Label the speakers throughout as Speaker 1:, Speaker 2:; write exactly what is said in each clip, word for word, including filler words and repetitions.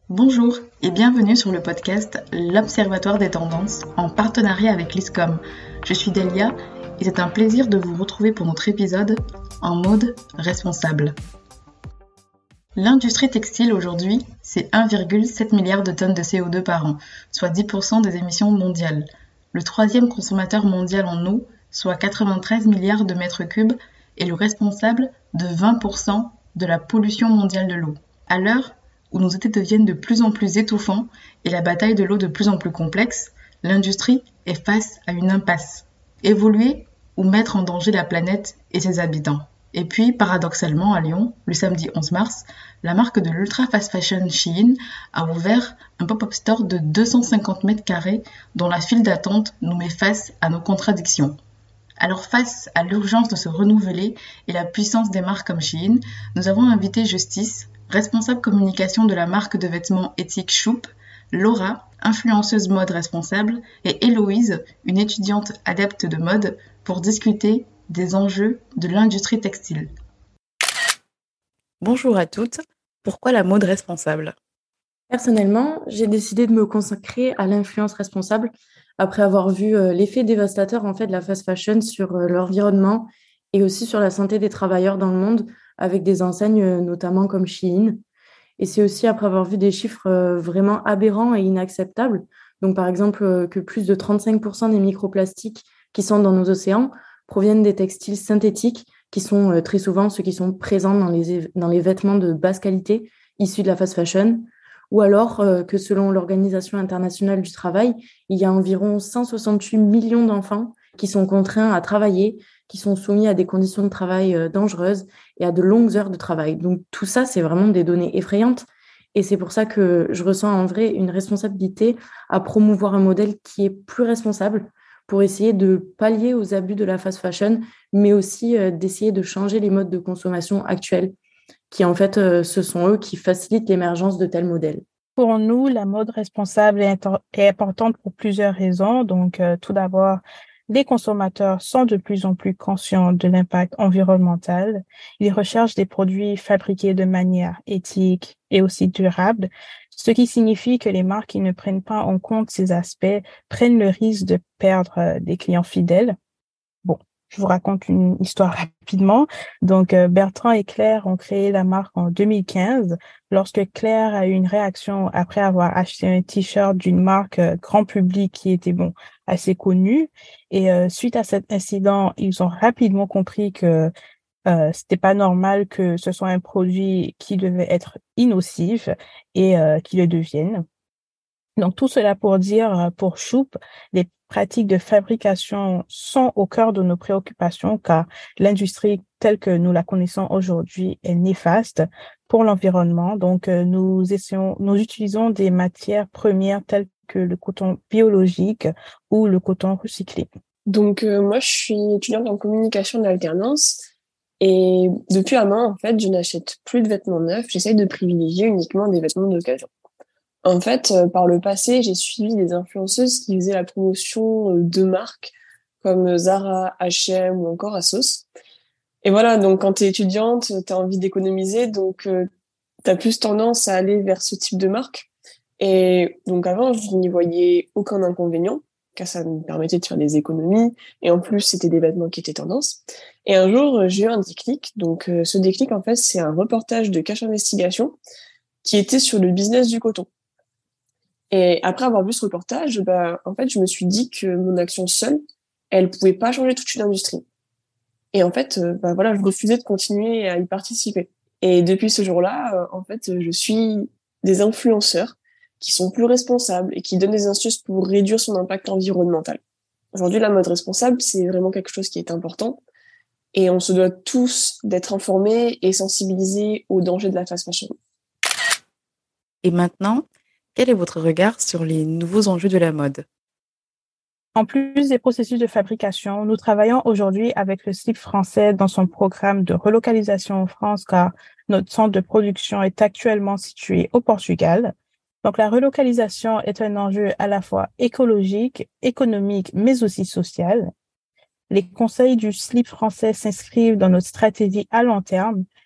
Speaker 1: Bonjour et bienvenue sur le podcast L'Observatoire des tendances en partenariat avec l'I S C O M. Je suis Delia et c'est un plaisir de vous retrouver pour notre épisode en mode responsable. L'industrie textile aujourd'hui, c'est un virgule sept milliard de tonnes de C O deux par an, soit dix pour cent des émissions mondiales. Le troisième consommateur mondial en eau, soit quatre-vingt-treize milliards de mètres cubes, est le responsable de vingt pour cent de la pollution mondiale de l'eau. À l'heure où nos étés deviennent de plus en plus étouffants et la bataille de l'eau de plus en plus complexe, l'industrie est face à une impasse. Évoluer ou mettre en danger la planète et ses habitants. Et puis, paradoxalement, à Lyon, le samedi onze mars, la marque de l'ultra fast fashion Shein a ouvert un pop-up store de deux cent cinquante mètres carrés dont la file d'attente nous met face à nos contradictions. Alors face à l'urgence de se renouveler et la puissance des marques comme Shein, nous avons invité Justice, responsable communication de la marque de vêtements éthiques Shoop, Laura, influenceuse mode responsable, et Héloïse, une étudiante adepte de mode, pour discuter des enjeux de l'industrie textile.
Speaker 2: Bonjour à toutes, pourquoi la mode responsable ?
Speaker 3: Personnellement, j'ai décidé de me consacrer à l'influence responsable après avoir vu euh, l'effet dévastateur en fait de la fast fashion sur euh, l'environnement et aussi sur la santé des travailleurs dans le monde avec des enseignes euh, notamment comme Shein. Et c'est aussi après avoir vu des chiffres euh, vraiment aberrants et inacceptables. Donc par exemple euh, que plus de trente-cinq pour cent des microplastiques qui sont dans nos océans proviennent des textiles synthétiques qui sont euh, très souvent ceux qui sont présents dans les, dans les vêtements de basse qualité issus de la fast fashion. Ou alors euh, que selon l'Organisation internationale du travail, il y a environ cent soixante-huit millions d'enfants qui sont contraints à travailler, qui sont soumis à des conditions de travail euh, dangereuses et à de longues heures de travail. Donc tout ça, c'est vraiment des données effrayantes. Et c'est pour ça que je ressens en vrai une responsabilité à promouvoir un modèle qui est plus responsable pour essayer de pallier aux abus de la fast fashion, mais aussi euh, d'essayer de changer les modes de consommation actuels, qui en fait, euh, ce sont eux qui facilitent l'émergence de tels modèles.
Speaker 4: Pour nous, la mode responsable est, inter- est importante pour plusieurs raisons. Donc, euh, tout d'abord, les consommateurs sont de plus en plus conscients de l'impact environnemental. Ils recherchent des produits fabriqués de manière éthique et aussi durable, ce qui signifie que les marques qui ne prennent pas en compte ces aspects prennent le risque de perdre euh, des clients fidèles. Bon, je vous raconte une histoire rapidement. Donc, euh, Bertrand et Claire ont créé la marque en deux mille quinze, lorsque Claire a eu une réaction après avoir acheté un t-shirt d'une marque euh, grand public qui était, bon, assez connue. Et euh, suite à cet incident, ils ont rapidement compris que euh, c'était pas normal que ce soit un produit qui devait être innocif et euh, qui le devienne. Donc, tout cela pour dire, euh, pour Shoop, les pratiques de fabrication sont au cœur de nos préoccupations car l'industrie telle que nous la connaissons aujourd'hui est néfaste pour l'environnement. Donc, euh, nous essayons, nous utilisons des matières premières telles que le coton biologique ou le coton recyclé.
Speaker 5: Donc, euh, moi, je suis étudiante en communication d'alternance et depuis un an, en fait, je n'achète plus de vêtements neufs. J'essaye de privilégier uniquement des vêtements d'occasion. En fait, euh, par le passé, j'ai suivi des influenceuses qui faisaient la promotion euh, de marques comme Zara, H et M ou encore Asos. Et voilà, donc quand t'es étudiante, t'as envie d'économiser, donc euh, t'as plus tendance à aller vers ce type de marque. Et donc avant, je n'y voyais aucun inconvénient, car ça me permettait de faire des économies. Et en plus, c'était des vêtements qui étaient tendance. Et un jour, j'ai eu un déclic. Donc euh, ce déclic, en fait, c'est un reportage de Cache Investigation qui était sur le business du coton. Et après avoir vu ce reportage, bah, en fait, je me suis dit que mon action seule, elle pouvait pas changer toute une industrie. Et en fait, euh, bah, voilà, je refusais de continuer à y participer. Et depuis ce jour-là, euh, en fait, je suis des influenceurs qui sont plus responsables et qui donnent des astuces pour réduire son impact environnemental. Aujourd'hui, la mode responsable, c'est vraiment quelque chose qui est important. Et on se doit tous d'être informés et sensibilisés aux dangers de la fast fashion.
Speaker 2: Et maintenant, quel est votre regard sur les nouveaux enjeux de la mode ?
Speaker 4: En plus des processus de fabrication, nous travaillons aujourd'hui avec le Slip français dans son programme de relocalisation en France car notre centre de production est actuellement situé au Portugal. Donc la relocalisation est un enjeu à la fois écologique, économique, mais aussi social. Les conseils du Slip français s'inscrivent dans notre stratégie à long terme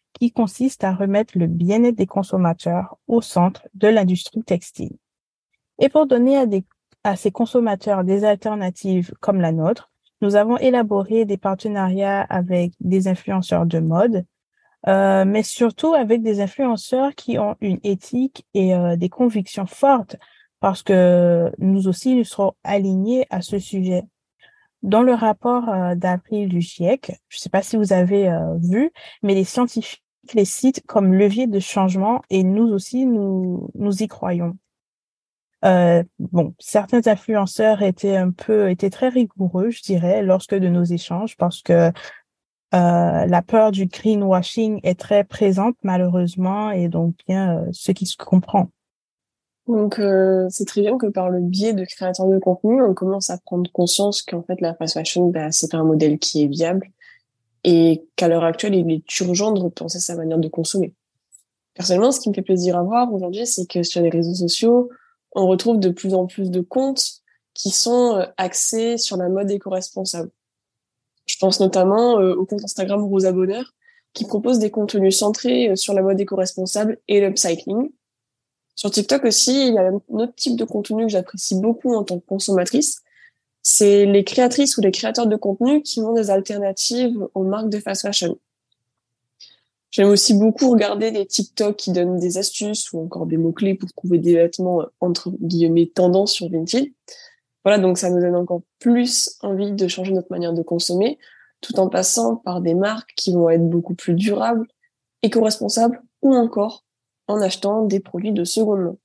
Speaker 4: qui consiste à remettre le bien-être des consommateurs au centre de l'industrie textile. Et pour donner à, des, à ces consommateurs des alternatives comme la nôtre, nous avons élaboré des partenariats avec des influenceurs de mode, euh, mais surtout avec des influenceurs qui ont une éthique et euh, des convictions fortes, parce que nous aussi, nous serons alignés à ce sujet. Dans le rapport euh, d'avril du GIEC, je ne sais pas si vous avez euh, vu, mais les scientifiques les citent comme levier de changement et nous aussi, nous, nous y croyons. Euh, bon, certains influenceurs étaient un peu, étaient très rigoureux, je dirais, lorsque de nos échanges, parce que euh, la peur du greenwashing est très présente, malheureusement, et donc bien, euh, ce qui se comprend.
Speaker 5: Donc, euh, c'est très bien que par le biais de créateurs de contenu, on commence à prendre conscience qu'en fait, la fast fashion, bah, c'est pas un modèle qui est viable et qu'à l'heure actuelle, il est urgent de repenser sa manière de consommer. Personnellement, ce qui me fait plaisir à voir aujourd'hui, c'est que sur les réseaux sociaux, on retrouve de plus en plus de comptes qui sont axés sur la mode éco-responsable. Je pense notamment euh, au compte Instagram Rosa Bonheur, qui propose des contenus centrés sur la mode éco-responsable et l'upcycling. Sur TikTok aussi, il y a un autre type de contenu que j'apprécie beaucoup en tant que consommatrice. C'est les créatrices ou les créateurs de contenu qui ont des alternatives aux marques de fast fashion. J'aime aussi beaucoup regarder des TikTok qui donnent des astuces ou encore des mots-clés pour trouver des vêtements entre guillemets tendance sur Vinted. Voilà, donc ça nous donne encore plus envie de changer notre manière de consommer, tout en passant par des marques qui vont être beaucoup plus durables, éco-responsables ou encore en achetant des produits de seconde main.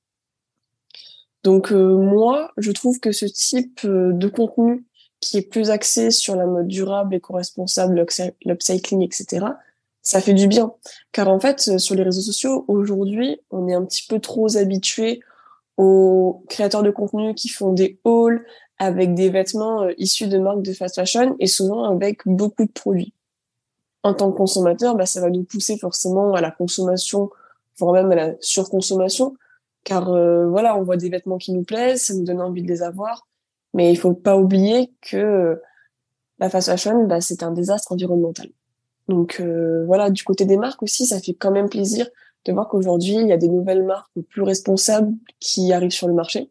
Speaker 5: Donc euh, moi, je trouve que ce type euh, de contenu qui est plus axé sur la mode durable, éco-responsable, l'upcycling, et cetera, ça fait du bien. Car en fait, sur les réseaux sociaux, aujourd'hui, on est un petit peu trop habitué aux créateurs de contenu qui font des hauls avec des vêtements euh, issus de marques de fast fashion et souvent avec beaucoup de produits. En tant que consommateur, bah, ça va nous pousser forcément à la consommation, voire même à la surconsommation, car euh, voilà, on voit des vêtements qui nous plaisent, ça nous donne envie de les avoir, mais il faut pas oublier que euh, la fast fashion, bah, c'est un désastre environnemental. Donc euh, voilà, du côté des marques aussi, ça fait quand même plaisir de voir qu'aujourd'hui, il y a des nouvelles marques plus responsables qui arrivent sur le marché.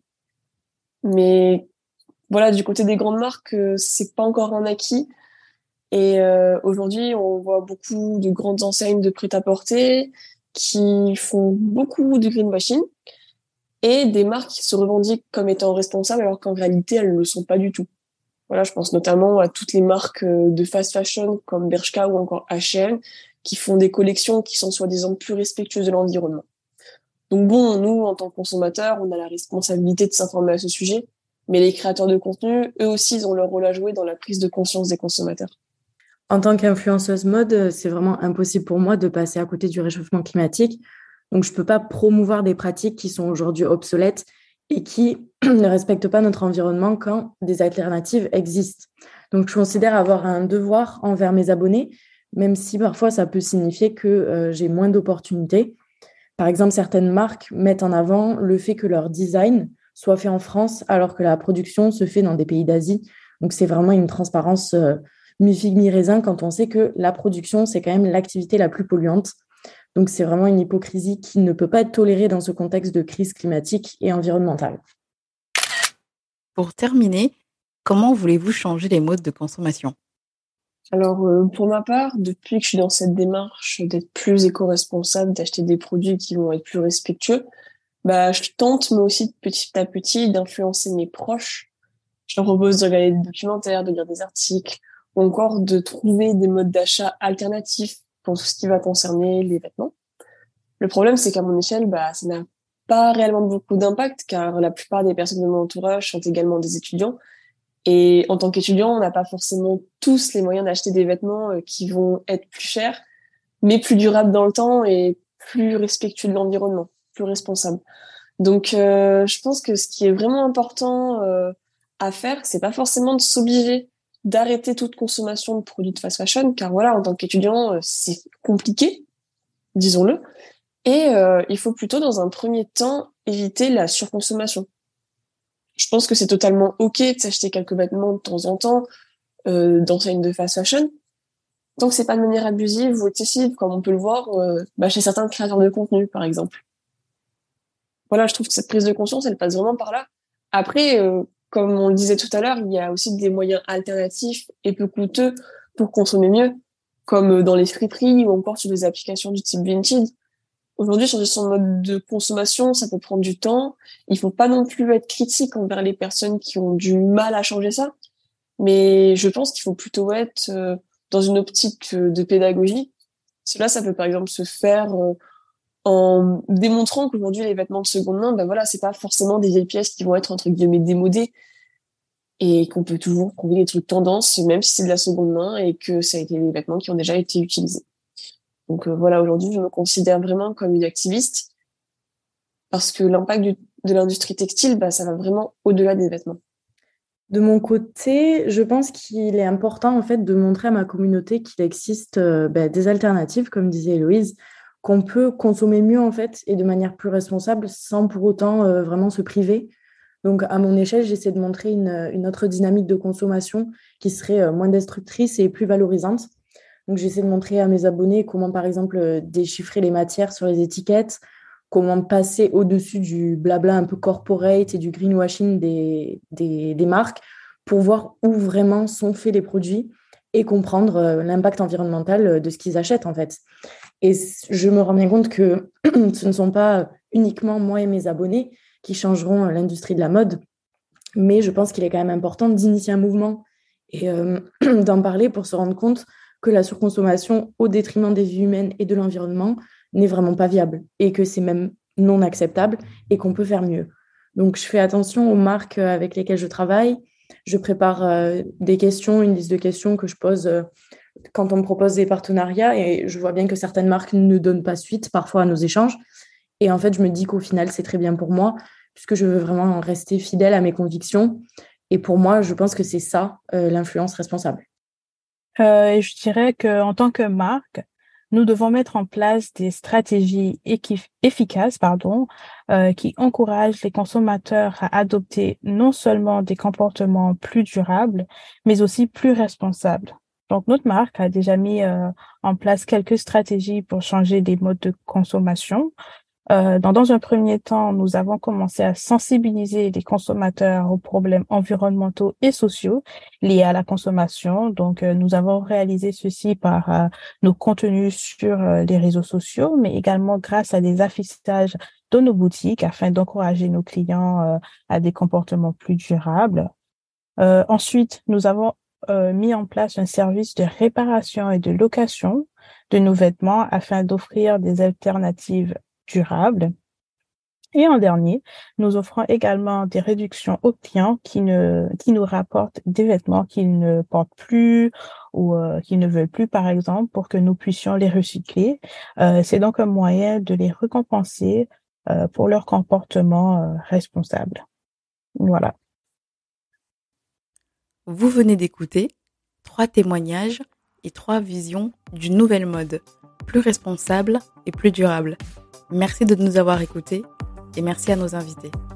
Speaker 5: Mais voilà, du côté des grandes marques, euh, c'est pas encore un acquis. Et euh, aujourd'hui, on voit beaucoup de grandes enseignes de prêt-à-porter qui font beaucoup de greenwashing et des marques qui se revendiquent comme étant responsables alors qu'en réalité, elles ne le sont pas du tout. Voilà, je pense notamment à toutes les marques de fast fashion comme Bershka ou encore H et M qui font des collections qui sont soi-disant plus respectueuses de l'environnement. Donc bon, nous, en tant que consommateurs, on a la responsabilité de s'informer à ce sujet, mais les créateurs de contenu, eux aussi, ils ont leur rôle à jouer dans la prise de conscience des consommateurs.
Speaker 3: En tant qu'influenceuse mode, c'est vraiment impossible pour moi de passer à côté du réchauffement climatique. Donc, je ne peux pas promouvoir des pratiques qui sont aujourd'hui obsolètes et qui ne respectent pas notre environnement quand des alternatives existent. Donc, je considère avoir un devoir envers mes abonnés, même si parfois ça peut signifier que euh, j'ai moins d'opportunités. Par exemple, certaines marques mettent en avant le fait que leur design soit fait en France alors que la production se fait dans des pays d'Asie. Donc, c'est vraiment une transparence euh, mi-figue, mi-raisin quand on sait que la production, c'est quand même l'activité la plus polluante. Donc, c'est vraiment une hypocrisie qui ne peut pas être tolérée dans ce contexte de crise climatique et environnementale.
Speaker 2: Pour terminer, comment voulez-vous changer les modes de consommation ?
Speaker 5: Alors, euh, pour ma part, depuis que je suis dans cette démarche d'être plus éco-responsable, d'acheter des produits qui vont être plus respectueux, bah, je tente, moi aussi, petit à petit, d'influencer mes proches. Je leur propose de regarder des documentaires, de lire des articles, ou encore de trouver des modes d'achat alternatifs pour tout ce qui va concerner les vêtements. Le problème, c'est qu'à mon échelle, bah, ça n'a pas réellement beaucoup d'impact, car la plupart des personnes de mon entourage sont également des étudiants. Et en tant qu'étudiant, on n'a pas forcément tous les moyens d'acheter des vêtements qui vont être plus chers, mais plus durables dans le temps et plus respectueux de l'environnement, plus responsables. Donc, euh, je pense que ce qui est vraiment important euh, à faire, c'est pas forcément de s'obliger d'arrêter toute consommation de produits de fast fashion, car voilà, en tant qu'étudiant, euh, c'est compliqué, disons-le. Et euh, il faut plutôt, dans un premier temps, éviter la surconsommation. Je pense que c'est totalement ok de s'acheter quelques vêtements de temps en temps euh, d'enseignes de fast fashion, tant que c'est pas de manière abusive ou excessive, comme on peut le voir euh, bah, chez certains créateurs de contenu, par exemple. Voilà, je trouve que cette prise de conscience, elle passe vraiment par là. Après, euh, comme on le disait tout à l'heure, il y a aussi des moyens alternatifs et peu coûteux pour consommer mieux, comme dans les friperies ou encore sur des applications du type Vinted. Aujourd'hui, changer son mode de consommation, ça peut prendre du temps. Il faut pas non plus être critique envers les personnes qui ont du mal à changer ça. Mais je pense qu'il faut plutôt être euh, dans une optique euh, de pédagogie. Cela, ça peut par exemple se faire euh, en démontrant qu'aujourd'hui les vêtements de seconde main, ben voilà, c'est pas forcément des vieilles pièces qui vont être entre guillemets démodées et qu'on peut toujours trouver des trucs tendance, même si c'est de la seconde main et que ça a été des vêtements qui ont déjà été utilisés. Donc euh, voilà, aujourd'hui, je me considère vraiment comme une activiste parce que l'impact du, de l'industrie textile, bah, ça va vraiment au-delà des vêtements.
Speaker 3: De mon côté, je pense qu'il est important en fait de montrer à ma communauté qu'il existe euh, ben, des alternatives, comme disait Héloïse, qu'on peut consommer mieux en fait et de manière plus responsable sans pour autant euh, vraiment se priver. Donc à mon échelle, j'essaie de montrer une, une autre dynamique de consommation qui serait euh, moins destructrice et plus valorisante. Donc j'essaie de montrer à mes abonnés comment par exemple euh, déchiffrer les matières sur les étiquettes, comment passer au-dessus du blabla un peu corporate et du greenwashing des, des, des marques pour voir où vraiment sont faits les produits et comprendre euh, l'impact environnemental de ce qu'ils achètent en fait. Et je me rends bien compte que ce ne sont pas uniquement moi et mes abonnés qui changeront l'industrie de la mode, mais je pense qu'il est quand même important d'initier un mouvement et euh, d'en parler pour se rendre compte que la surconsommation au détriment des vies humaines et de l'environnement n'est vraiment pas viable et que c'est même non acceptable et qu'on peut faire mieux. Donc, je fais attention aux marques avec lesquelles je travaille. Je prépare euh, des questions, une liste de questions que je pose euh, quand on me propose des partenariats et je vois bien que certaines marques ne donnent pas suite parfois à nos échanges. Et en fait, je me dis qu'au final, c'est très bien pour moi puisque je veux vraiment rester fidèle à mes convictions. Et pour moi, je pense que c'est ça, euh, l'influence responsable.
Speaker 4: Euh, et je dirais qu'en tant que marque, nous devons mettre en place des stratégies équif- efficaces, pardon, euh, qui encouragent les consommateurs à adopter non seulement des comportements plus durables, mais aussi plus responsables. Donc, notre marque a déjà mis euh, en place quelques stratégies pour changer les modes de consommation. Euh, dans, dans un premier temps, nous avons commencé à sensibiliser les consommateurs aux problèmes environnementaux et sociaux liés à la consommation. Donc, euh, nous avons réalisé ceci par euh, nos contenus sur euh, les réseaux sociaux, mais également grâce à des affichages dans nos boutiques afin d'encourager nos clients euh, à des comportements plus durables. Euh, ensuite, nous avons euh, mis en place un service de réparation et de location de nos vêtements afin d'offrir des alternatives durables. Et en dernier, nous offrons également des réductions aux clients qui ne qui nous rapportent des vêtements qu'ils ne portent plus ou euh, qu'ils ne veulent plus, par exemple, pour que nous puissions les recycler. Euh, c'est donc un moyen de les récompenser euh, pour leur comportement euh, responsable. Voilà.
Speaker 2: Vous venez d'écouter trois témoignages et trois visions d'une nouvelle mode, plus responsable et plus durable. Merci de nous avoir écoutés et merci à nos invités.